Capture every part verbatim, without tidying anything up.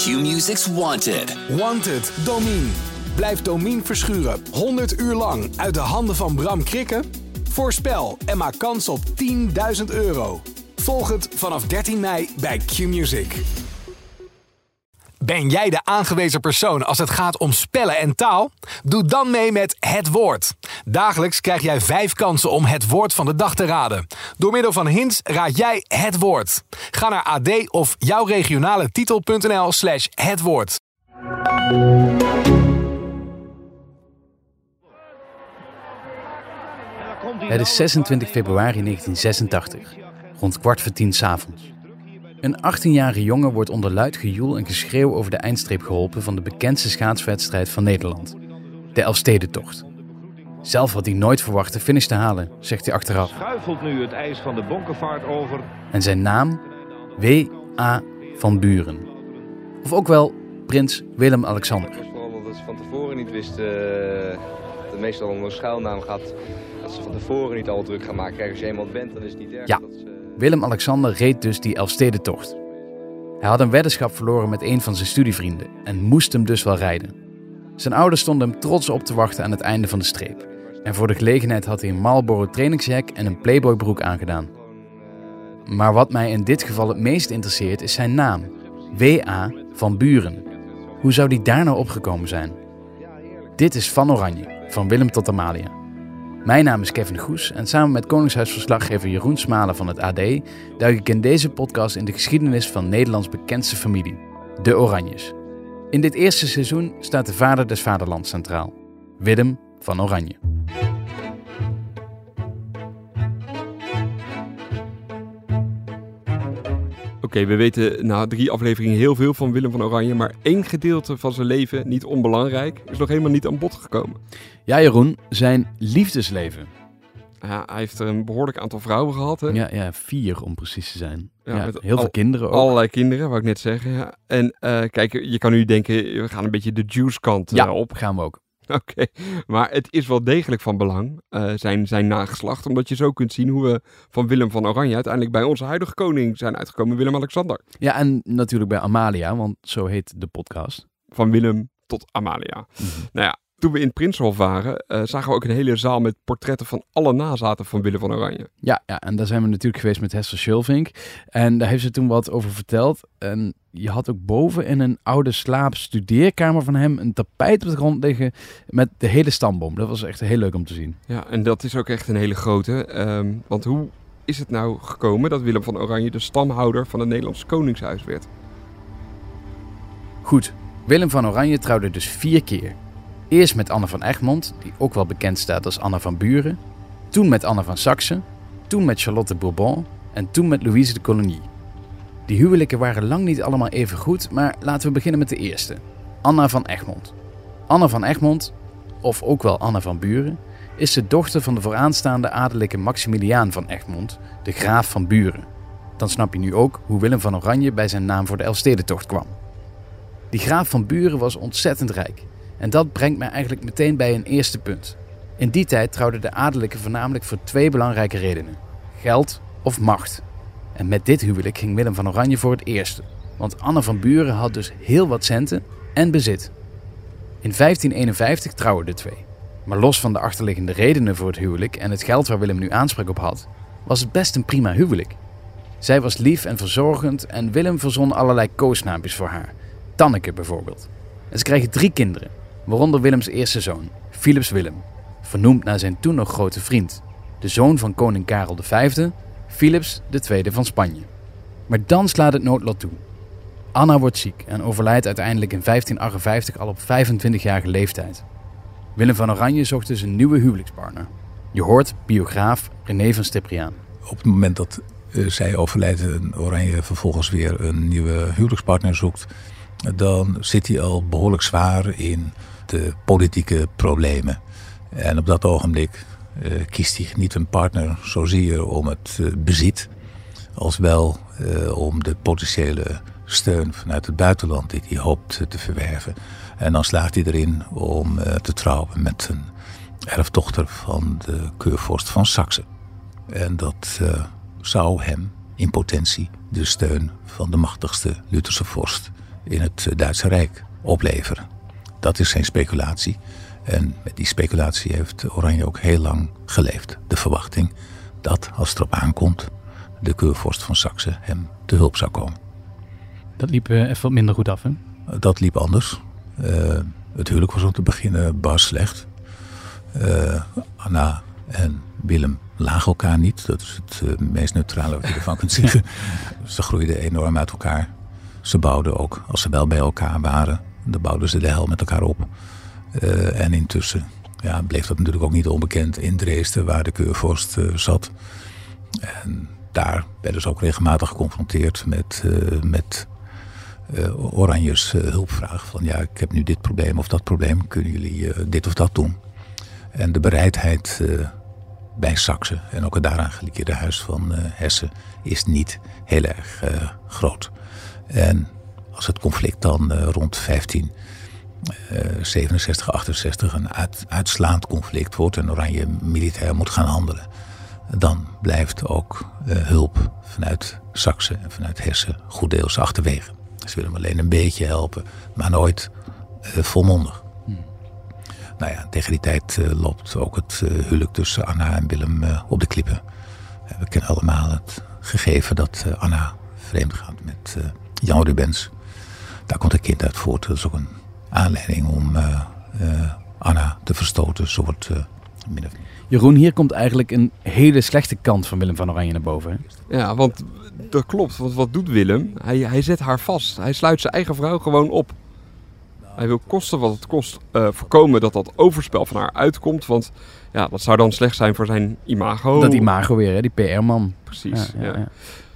Q-Music's Wanted. Wanted, Domine. Blijf Domine verschuren honderd uur lang uit de handen van Bram Krikke? Voorspel en maak kans op tienduizend euro. Volg het vanaf dertien mei bij Q-Music. Ben jij de aangewezen persoon als het gaat om spellen en taal? Doe dan mee met Het Woord. Dagelijks krijg jij vijf kansen om het woord van de dag te raden. Door middel van hints raad jij het woord. Ga naar A D of jouwregionaletitel.nl slash het woord. Het is zesentwintig februari negentien zesentachtig, rond kwart voor tien 's avonds. Een achttienjarige jongen wordt onder luid gejoel en geschreeuw over de eindstreep geholpen van de bekendste schaatswedstrijd van Nederland. De Elfstedentocht. Zelf had hij nooit verwacht de finish te halen, zegt hij achteraf. Schuifelt nu het ijs van de Bonkenvaart over. En zijn naam? W A van Buren. Of ook wel Prins Willem-Alexander. Vooral dat ze van tevoren niet wisten, uh, dat meestal om een schuilnaam gaat, dat ze van tevoren niet al druk gaan maken. Kijk, als je eenmaal bent, dan is het niet erg. Ja. Dat ze... Willem-Alexander reed dus die Elfstedentocht. Hij had een weddenschap verloren met een van zijn studievrienden en moest hem dus wel rijden. Zijn ouders stonden hem trots op te wachten aan het einde van de streep. En voor de gelegenheid had hij een Marlboro trainingsjack en een Playboy broek aangedaan. Maar wat mij in dit geval het meest interesseert is zijn naam. W A van Buren. Hoe zou die daar nou opgekomen zijn? Dit is Van Oranje, van Willem tot Amalia. Mijn naam is Kevin Goes en samen met Koningshuisverslaggever Jeroen Smalen van het A D duik ik in deze podcast in de geschiedenis van Nederlands bekendste familie, de Oranjes. In dit eerste seizoen staat de vader des vaderlands centraal, Willem van Oranje. Oké, okay, we weten na drie afleveringen heel veel van Willem van Oranje, maar één gedeelte van zijn leven, niet onbelangrijk, is nog helemaal niet aan bod gekomen. Ja, Jeroen, zijn liefdesleven. Ja, hij heeft er een behoorlijk aantal vrouwen gehad. Hè? Ja, ja, vier om precies te zijn. Ja, Ja, heel met veel al, kinderen ook. Allerlei kinderen, wou ik net zeggen. Ja. En uh, kijk, je kan nu denken, we gaan een beetje de juice kant uh, ja, op. gaan we ook. Oké, okay. Maar het is wel degelijk van belang, uh, zijn, zijn nageslacht, omdat je zo kunt zien hoe we van Willem van Oranje uiteindelijk bij onze huidige koning zijn uitgekomen, Willem-Alexander. Ja, en natuurlijk bij Amalia, want zo heet de podcast. Van Willem tot Amalia. Mm-hmm. Nou ja, toen we in het Prinsenhof waren, uh, zagen we ook een hele zaal met portretten van alle nazaten van Willem van Oranje. Ja, ja, en daar zijn we natuurlijk geweest met Hester Schulvink. En daar heeft ze toen wat over verteld. En je had ook boven in een oude slaapstudeerkamer van hem een tapijt op de grond liggen met de hele stamboom. Dat was echt heel leuk om te zien. Ja, en dat is ook echt een hele grote. Um, want hoe is het nou gekomen dat Willem van Oranje de stamhouder van het Nederlandse Koningshuis werd? Goed, Willem van Oranje trouwde dus vier keer. Eerst met Anne van Egmond, die ook wel bekend staat als Anne van Buren. Toen met Anne van Saxe. Toen met Charlotte Bourbon. En toen met Louise de Coligny. Die huwelijken waren lang niet allemaal even goed, maar laten we beginnen met de eerste. Anna van Egmond. Anne van Egmond, of ook wel Anne van Buren, is de dochter van de vooraanstaande adellijke Maximiliaan van Egmond, de graaf van Buren. Dan snap je nu ook hoe Willem van Oranje bij zijn naam voor de Elfstedentocht kwam. Die graaf van Buren was ontzettend rijk. En dat brengt mij eigenlijk meteen bij een eerste punt. In die tijd trouwden de adellijken voornamelijk voor twee belangrijke redenen. Geld of macht. En met dit huwelijk ging Willem van Oranje voor het eerste. Want Anne van Buren had dus heel wat centen en bezit. In vijftien eenenvijftig trouwen de twee. Maar los van de achterliggende redenen voor het huwelijk en het geld waar Willem nu aanspraak op had, was het best een prima huwelijk. Zij was lief en verzorgend en Willem verzon allerlei koosnaampjes voor haar. Tanneke bijvoorbeeld. En ze kregen drie kinderen. Waaronder Willems eerste zoon, Philips Willem, vernoemd naar zijn toen nog grote vriend, de zoon van koning Karel de Vijfde, Philips de Tweede van Spanje. Maar dan slaat het noodlot toe. Anna wordt ziek en overlijdt uiteindelijk in vijftien achtenvijftig al op vijfentwintigjarige leeftijd. Willem van Oranje zocht dus een nieuwe huwelijkspartner. Je hoort biograaf René van Stipriaan. Op het moment dat uh, zij overlijdt en Oranje vervolgens weer een nieuwe huwelijkspartner zoekt, dan zit hij al behoorlijk zwaar in de politieke problemen. En op dat ogenblik uh, kiest hij niet een partner zozeer om het uh, bezit, als wel uh, om de potentiële steun vanuit het buitenland die hij hoopt uh, te verwerven. En dan slaagt hij erin om uh, te trouwen met een erfdochter van de keurvorst van Saxe. En dat uh, zou hem in potentie de steun van de machtigste Lutherse vorst in het Duitse Rijk opleveren. Dat is zijn speculatie. En met die speculatie heeft Oranje ook heel lang geleefd. De verwachting dat, als het erop aankomt, de keurvorst van Saxe hem te hulp zou komen. Dat liep uh, even wat minder goed af, hè? Dat liep anders. Uh, het huwelijk was om te beginnen bar slecht. Uh, Anna en Willem lagen elkaar niet. Dat is het uh, meest neutrale wat je ervan kunt zeggen. Ze groeiden enorm uit elkaar. Ze bouwden ook, als ze wel bij elkaar waren, dan bouwden ze de hel met elkaar op. Uh, en intussen ja, bleef dat natuurlijk ook niet onbekend in Dresden, waar de keurvorst uh, zat. En daar werden ze ook regelmatig geconfronteerd met, uh, met uh, Oranjes uh, hulpvraag. Van ja, ik heb nu dit probleem of dat probleem. Kunnen jullie uh, dit of dat doen? En de bereidheid uh, bij Saxe en ook het daaraan gelieerde huis van uh, Hessen is niet heel erg uh, groot. En als het conflict dan uh, rond vijftien zevenenzestig, achtenzestig een uit, uitslaand conflict wordt en Oranje militair moet gaan handelen, dan blijft ook uh, hulp vanuit Saxe en vanuit Hessen goed deels achterwege. Ze willen hem alleen een beetje helpen, maar nooit uh, volmondig. Hmm. Nou ja, tegen die tijd uh, loopt ook het uh, huwelijk tussen Anna en Willem uh, op de klippen. Uh, we kennen allemaal het gegeven dat uh, Anna vreemd gaat met uh, Jan Rubens. Daar komt een kind uit voort. Dat is ook een aanleiding om uh, uh, Anna te verstoten. Zo wordt, uh, min of... Jeroen, hier komt eigenlijk een hele slechte kant van Willem van Oranje naar boven. Hè? Ja, want dat klopt. Want wat doet Willem? Hij, hij zet haar vast. Hij sluit zijn eigen vrouw gewoon op. Hij wil kosten wat het kost uh, voorkomen dat dat overspel van haar uitkomt. Want ja, dat zou dan slecht zijn voor zijn imago. Dat imago weer, hè? Die P R-man. Precies, ja. ja, ja. ja.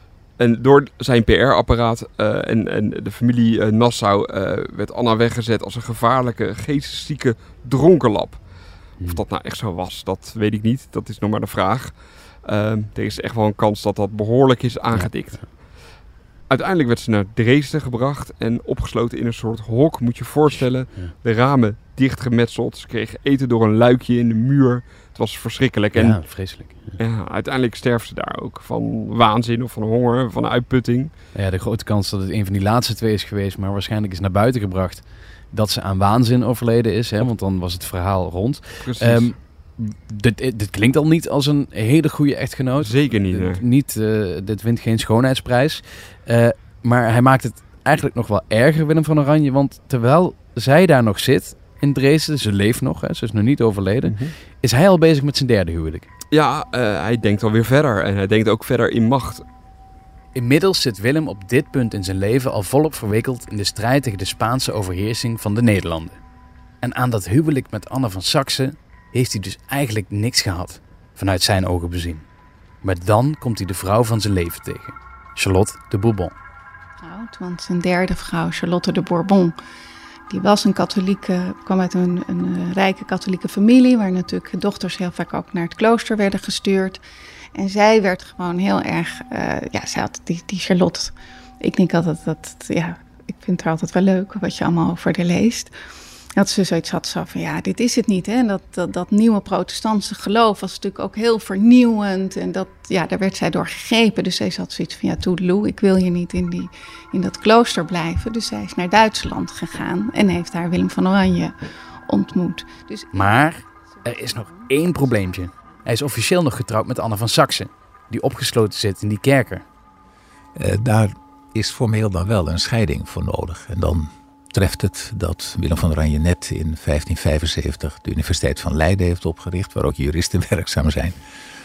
En door zijn P R-apparaat uh, en, en de familie uh, Nassau uh, werd Anna weggezet als een gevaarlijke, geesteszieke dronkenlap. Hmm. Of dat nou echt zo was, dat weet ik niet. Dat is nog maar de vraag. Uh, er is echt wel een kans dat dat behoorlijk is aangedikt. Ja. Uiteindelijk werd ze naar Dresden gebracht en opgesloten in een soort hok, moet je je voorstellen. Ja. De ramen dichtgemetseld. Ze kregen eten door een luikje in de muur. Het was verschrikkelijk. En ja, vreselijk. Ja. Ja, uiteindelijk sterft ze daar ook van waanzin of van honger, van uitputting. Ja, de grote kans dat het een van die laatste twee is geweest, maar waarschijnlijk is naar buiten gebracht dat ze aan waanzin overleden is, hè, want dan was het verhaal rond. Precies. Um, dit, dit klinkt al niet als een hele goede echtgenoot. Zeker niet. Dit, nee. niet uh, dit wint geen schoonheidsprijs. Uh, maar hij maakt het eigenlijk nog wel erger, Willem van Oranje, want terwijl zij daar nog zit in Dresden, ze leeft nog, hè, ze is nog niet overleden, mm-hmm. is hij al bezig met zijn derde huwelijk. Ja, uh, hij denkt alweer verder en hij denkt ook verder in macht. Inmiddels zit Willem op dit punt in zijn leven al volop verwikkeld in de strijd tegen de Spaanse overheersing van de Nederlanden. En aan dat huwelijk met Anna van Saxe heeft hij dus eigenlijk niks gehad, vanuit zijn ogen bezien. Maar dan komt hij de vrouw van zijn leven tegen, Charlotte de Bourbon. Want zijn derde vrouw, Charlotte de Bourbon, die was een katholieke, kwam uit een, een rijke katholieke familie, waar natuurlijk dochters heel vaak ook naar het klooster werden gestuurd. En zij werd gewoon heel erg, uh, ja, zij had die, die Charlotte. Ik denk altijd dat, ja, ik vind haar altijd wel leuk wat je allemaal over haar leest. Dat ze zoiets had zo van, ja, dit is het niet. Hè? Dat, dat, dat nieuwe protestantse geloof was natuurlijk ook heel vernieuwend. En dat, ja, daar werd zij door gegrepen. Dus zij had zoiets van, ja, toedeloe, ik wil hier niet in, die, in dat klooster blijven. Dus zij is naar Duitsland gegaan en heeft daar Willem van Oranje ontmoet. Dus... Maar er is nog één probleempje. Hij is officieel nog getrouwd met Anna van Saxe, die opgesloten zit in die kerker. Uh, daar is formeel dan wel een scheiding voor nodig. En dan treft het dat Willem van Oranje net in vijftien vijfenzeventig de Universiteit van Leiden heeft opgericht, waar ook juristen werkzaam zijn.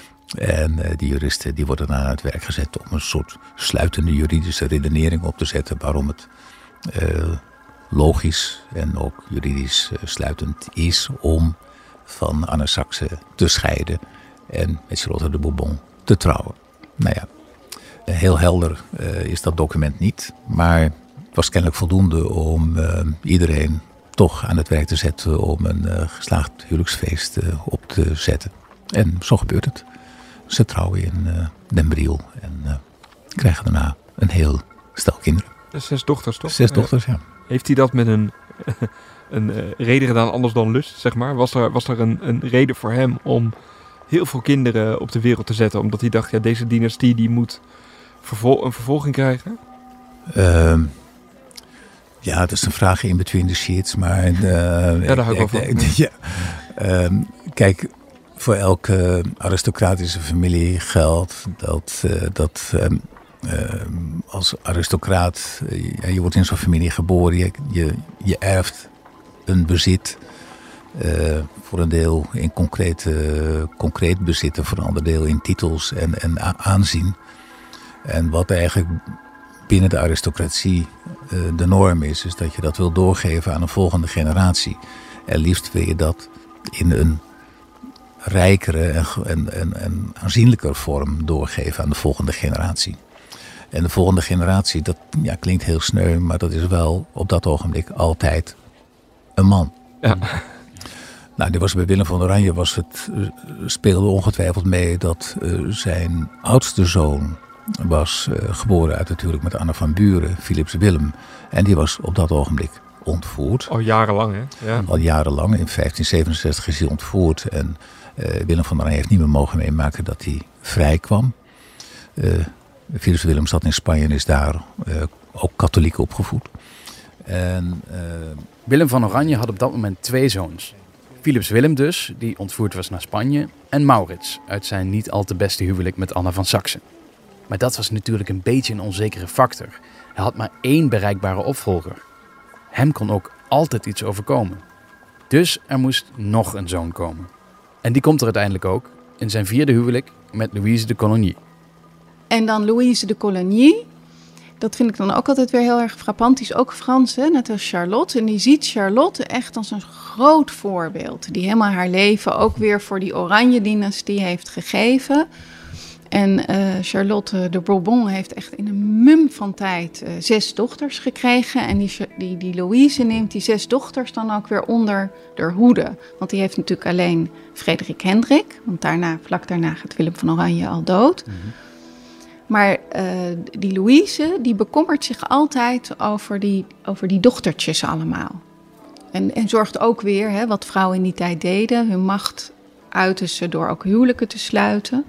En uh, die juristen die worden dan aan het werk gezet om een soort sluitende juridische redenering op te zetten waarom het uh, logisch en ook juridisch uh, sluitend is om van Anna Saxe te scheiden en met Charlotte de Bourbon te trouwen. Nou ja, heel helder uh, is dat document niet, maar het was kennelijk voldoende om uh, iedereen toch aan het werk te zetten om een uh, geslaagd huwelijksfeest uh, op te zetten. En zo gebeurt het. Ze trouwen in uh, Den Briel en uh, krijgen daarna een heel stel kinderen. Zes dochters, toch? Zes dochters, ja. Heeft hij dat met een, een uh, reden gedaan anders dan lust, zeg maar? Was er, was er een, een reden voor hem om heel veel kinderen op de wereld te zetten? Omdat hij dacht, ja, deze dynastie die moet vervol- een vervolging krijgen? Uh, Ja, het is een vraag in between the sheets, maar... Uh, ja, daar hou ik wel van. Ja, um, kijk, voor elke aristocratische familie geldt dat, uh, dat um, uh, als aristocraat... Uh, je wordt in zo'n familie geboren, je, je, je erft een bezit... Uh, voor een deel in concreet, uh, concreet bezitten, voor een ander deel in titels en, en a- aanzien. En wat eigenlijk binnen de aristocratie uh, de norm is, is dat je dat wil doorgeven aan een volgende generatie. En liefst wil je dat in een rijkere en, en, en, en aanzienlijker vorm doorgeven aan de volgende generatie. En de volgende generatie, dat ja, klinkt heel sneu, maar dat is wel op dat ogenblik altijd een man. Ja. Nou, dit was bij Willem van Oranje was het, uh, speelde ongetwijfeld mee dat uh, zijn oudste zoon was uh, geboren uit natuurlijk met Anna van Buren, Philips Willem. En die was op dat ogenblik ontvoerd. Al jarenlang, hè? Ja. Al jarenlang. In vijftien zevenenzestig is hij ontvoerd. En uh, Willem van Oranje heeft niet meer mogen meemaken dat hij vrij kwam. Uh, Philips Willem zat in Spanje en is daar uh, ook katholiek opgevoed. En, uh, Willem van Oranje had op dat moment twee zoons. Philips Willem dus, die ontvoerd was naar Spanje. En Maurits, uit zijn niet al te beste huwelijk met Anna van Saksen. Maar dat was natuurlijk een beetje een onzekere factor. Hij had maar één bereikbare opvolger. Hem kon ook altijd iets overkomen. Dus er moest nog een zoon komen. En die komt er uiteindelijk ook, in zijn vierde huwelijk met Louise de Coligny. En dan Louise de Coligny. Dat vind ik dan ook altijd weer heel erg frappant. Die is ook Frans, hè? Net als Charlotte. En die ziet Charlotte echt als een groot voorbeeld. Die helemaal haar leven ook weer voor die Oranje-dynastie heeft gegeven. En uh, Charlotte de Bourbon heeft echt in een mum van tijd uh, zes dochters gekregen. En die, die, die Louise neemt die zes dochters dan ook weer onder haar hoede. Want die heeft natuurlijk alleen Frederik Hendrik. Want daarna, vlak daarna gaat Willem van Oranje al dood. Mm-hmm. Maar uh, die Louise, die bekommert zich altijd over die, over die dochtertjes allemaal. En, en zorgt ook weer, hè, wat vrouwen in die tijd deden, hun macht uiten ze door ook huwelijken te sluiten.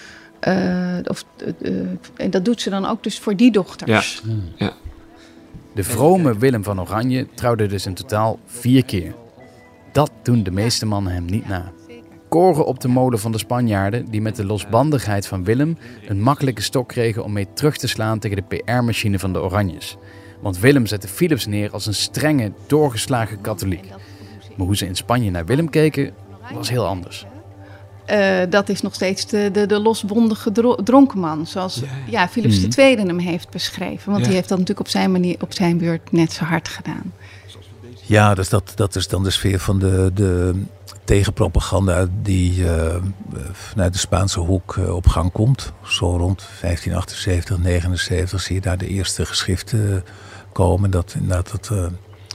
Uh, of, uh, uh, en dat doet ze dan ook dus voor die dochters. Ja. Ja. De vrome Willem van Oranje trouwde dus in totaal vier keer. Dat doen de meeste mannen hem niet na. Koren op de molen van de Spanjaarden die met de losbandigheid van Willem een makkelijke stok kregen om mee terug te slaan tegen de P R-machine van de Oranjes. Want Willem zette Philips neer als een strenge, doorgeslagen katholiek. Maar hoe ze in Spanje naar Willem keken, was heel anders. Uh, dat is nog steeds de, de, de losbondige dro- dronkenman, zoals ja, ja. ja, Philips mm-hmm. de Tweede hem heeft beschreven. Want ja. die heeft dat natuurlijk op zijn manier, op zijn beurt net zo hard gedaan. Ja, dus dat, dat is dan de sfeer van de, de tegenpropaganda die uh, vanuit de Spaanse hoek uh, op gang komt. Zo rond vijftien achtenzeventig, negenenzeventig zie je daar de eerste geschriften komen. Dat, dat, dat, uh,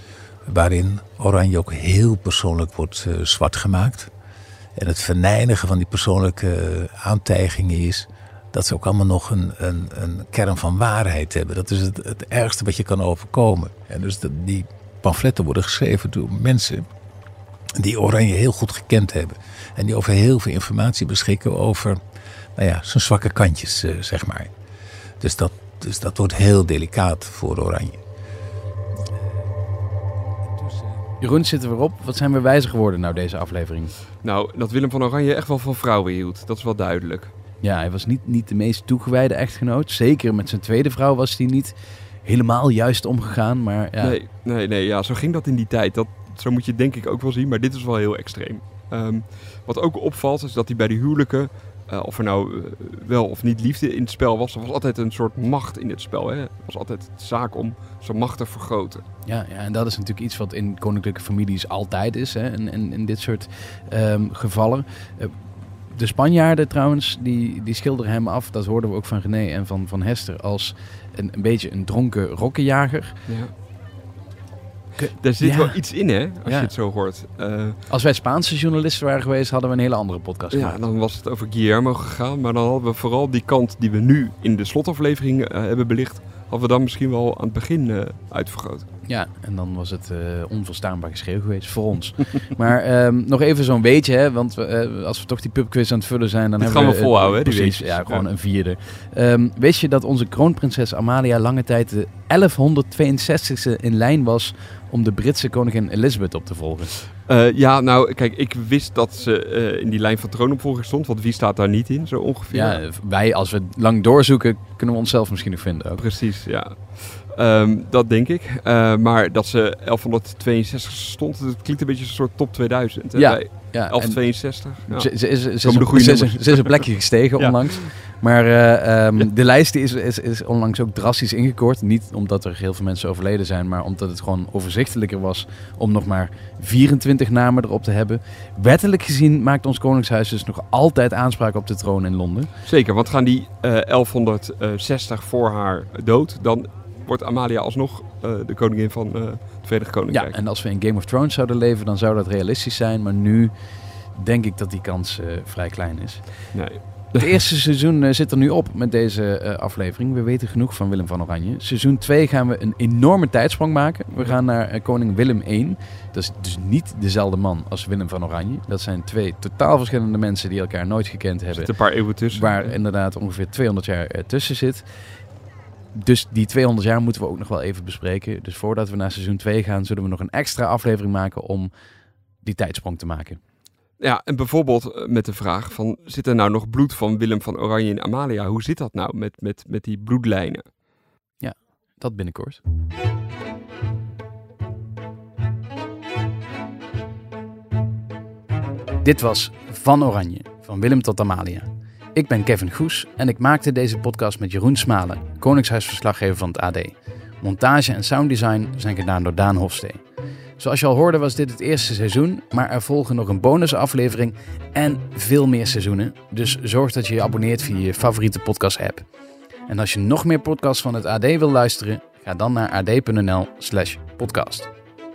waarin Oranje ook heel persoonlijk wordt uh, zwart gemaakt. En het verneinigen van die persoonlijke aantijgingen is dat ze ook allemaal nog een, een, een kern van waarheid hebben. Dat is het, het ergste wat je kan overkomen. En dus de, die pamfletten worden geschreven door mensen die Oranje heel goed gekend hebben. En die over heel veel informatie beschikken over nou ja, zijn zwakke kantjes, uh, zeg maar. Dus dat, dus dat wordt heel delicaat voor Oranje. Jeroen, zitten we erop. Wat zijn we wijzer geworden nou deze aflevering? Nou, dat Willem van Oranje echt wel van vrouwen hield. Dat is wel duidelijk. Ja, hij was niet, niet de meest toegewijde echtgenoot. Zeker met zijn tweede vrouw was hij niet helemaal juist omgegaan. Maar ja. Nee, nee, nee ja, zo ging dat in die tijd. Dat, zo moet je het denk ik ook wel zien. Maar dit is wel heel extreem. Um, wat ook opvalt is dat hij bij de huwelijken... Uh, of er nou uh, wel of niet liefde in het spel was. Er was altijd een soort macht in het spel. Hè? Het was altijd de zaak om zijn macht te vergroten. Ja, ja, en dat is natuurlijk iets wat in koninklijke families altijd is. Hè? En, en in dit soort um, gevallen. Uh, de Spanjaarden trouwens, die, die schilderen hem af. Dat hoorden we ook van René en van, van Hester. Als een, een beetje een dronken rokkenjager. Ja. Daar zit ja. wel iets in, hè, als ja. je het zo hoort. Uh, als wij Spaanse journalisten waren geweest, hadden we een hele andere podcast ja, gemaakt. Dan was het over Guillermo gegaan. Maar dan hadden we vooral die kant die we nu in de slotaflevering uh, hebben belicht... hadden we dan misschien wel aan het begin uh, uitvergroot. Ja, en dan was het uh, onverstaanbaar geschreeuw geweest voor ons. Maar um, nog even zo'n beetje, hè, want we, uh, als we toch die pubquiz aan het vullen zijn... dan dat hebben gaan we we volhouden, uh, hè? Die precies, ja, gewoon ja. een vierde. Um, wist je dat onze kroonprinses Amalia lange tijd de elfhonderdtweeënzestigste in lijn was... om de Britse koningin Elizabeth op te volgen? Uh, ja, nou, kijk, ik wist dat ze uh, in die lijn van troonopvolging stond. Want wie staat daar niet in, zo ongeveer? Ja, wij, als we lang doorzoeken, kunnen we onszelf misschien nog vinden ook. Precies, ja. Um, dat denk ik. Uh, maar dat ze elfhonderdtweeënzestig stond, dat klinkt een beetje een soort top tweeduizend. Hè? Ja, Bij ja. elfhonderdtweeënzestig. Ja. Ze, ze, is, ze, is een, een, ze, is, ze is een plekje gestegen ja. onlangs. Maar uh, um, ja. de lijst is, is, is onlangs ook drastisch ingekort. Niet omdat er heel veel mensen overleden zijn, maar omdat het gewoon overzichtelijker was om nog maar vierentwintig namen erop te hebben. Wettelijk gezien maakt ons Koningshuis dus nog altijd aanspraak op de troon in Londen. Zeker, want gaan die uh, elfhonderdzestig voor haar dood, dan wordt Amalia alsnog uh, de koningin van uh, het Verenigd Koninkrijk. Ja, en als we in Game of Thrones zouden leven, dan zou dat realistisch zijn. Maar nu denk ik dat die kans uh, vrij klein is. Nee. Het eerste seizoen uh, zit er nu op met deze uh, aflevering. We weten genoeg van Willem van Oranje. Seizoen twee gaan we een enorme tijdsprong maken. We gaan naar uh, koning Willem de Eerste. Dat is dus niet dezelfde man als Willem van Oranje. Dat zijn twee totaal verschillende mensen die elkaar nooit gekend hebben. Er zit een paar eeuwen tussen. Waar inderdaad ongeveer tweehonderd jaar uh, tussen zit. Dus die tweehonderd jaar moeten we ook nog wel even bespreken. Dus voordat we naar seizoen twee gaan, zullen we nog een extra aflevering maken om die tijdsprong te maken. Ja, en bijvoorbeeld met de vraag van, zit er nou nog bloed van Willem van Oranje in Amalia? Hoe zit dat nou met, met, met die bloedlijnen? Ja, dat binnenkort. Dit was Van Oranje, van Willem tot Amalia. Ik ben Kevin Goes en ik maakte deze podcast met Jeroen Smalen, Koningshuisverslaggever van het A D. Montage en sounddesign zijn gedaan door Daan Hofstee. Zoals je al hoorde was dit het eerste seizoen, maar er volgen nog een bonusaflevering en veel meer seizoenen. Dus zorg dat je je abonneert via je favoriete podcast-app. En als je nog meer podcasts van het A D wil luisteren, ga dan naar ad.nl slash podcast.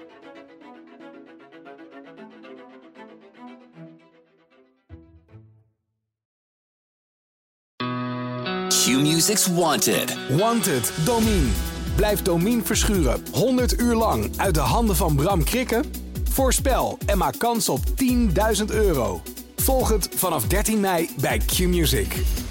Q-Music's Wanted. Wanted, Domine. Blijf Domine verschuren honderd uur lang uit de handen van Bram Krikke? Voorspel en maak kans op tienduizend euro. Volg het vanaf dertien mei bij Q-Music.